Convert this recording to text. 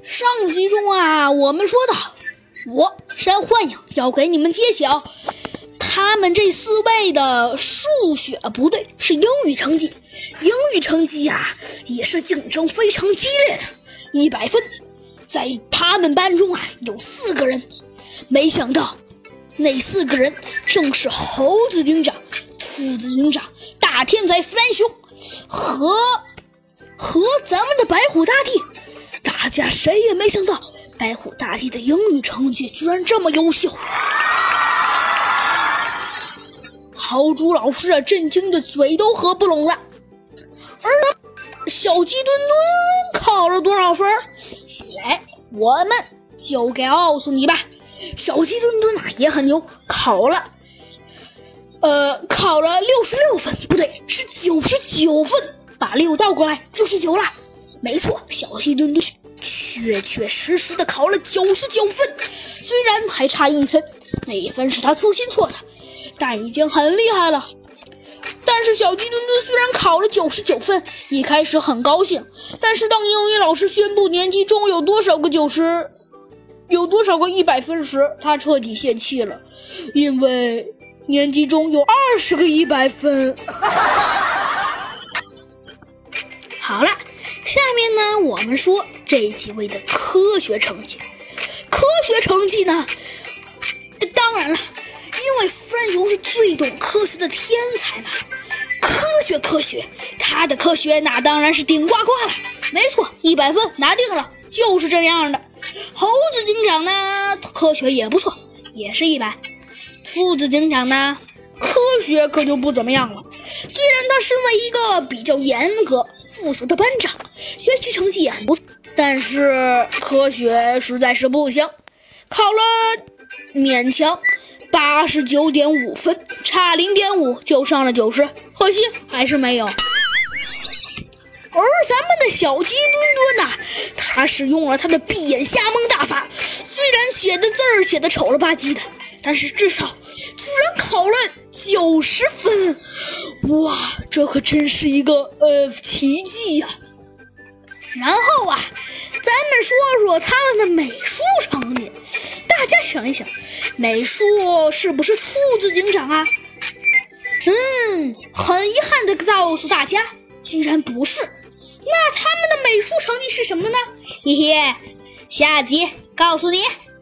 上集中啊，我们说到，我山幻影要给你们揭晓他们这4位的数学不对，是英语成绩。英语成绩呀，也是竞争非常激烈的，100分。在他们班中啊，有4个人，没想到那4个人正是猴子警长、兔子警长、大天才弗兰熊和咱们的白虎大帝。大家谁也没想到，白虎大帝的英语成绩居然这么优秀。豪猪老师啊，震惊的嘴都合不拢了。而小鸡墩墩考了多少分？来，我们就告诉你吧。小鸡墩墩啊也很牛，考了66分，不对，是99分，把6倒过来99了。没错，小鸡墩墩确实的考了99分，虽然还差1分，那1分是他粗心错的，但已经很厉害了。但是小鸡墩墩虽然考了99分，一开始很高兴，但是当英语老师宣布年级中有多少个100分时，他彻底泄气了，因为年级中有20个100分。好了，下面呢，我们说这几位的科学成绩。科学成绩呢，当然了，因为弗兰熊是最懂科学的天才嘛。科学，他的科学那当然是顶呱呱了。没错，100分拿定了，就是这样的。猴子警长呢，科学也不错，也是100。兔子警长呢，科学可就不怎么样了。虽然他身为一个比较严格负责的班长，学习成绩也很不错，但是科学实在是不行，考了勉强89.5分，差0.5就上了90，可惜还是没有。而咱们的小鸡墩墩他使用了他的闭眼瞎蒙大法，虽然写的字儿写的丑了吧唧的，但是至少居然考了90分，哇，这可真是一个奇迹呀。然后啊，咱们说说他们的美术成绩。大家想一想，美术是不是兔子警长啊？很遗憾的告诉大家，居然不是。那他们的美术成绩是什么呢？嘿嘿，下集告诉你。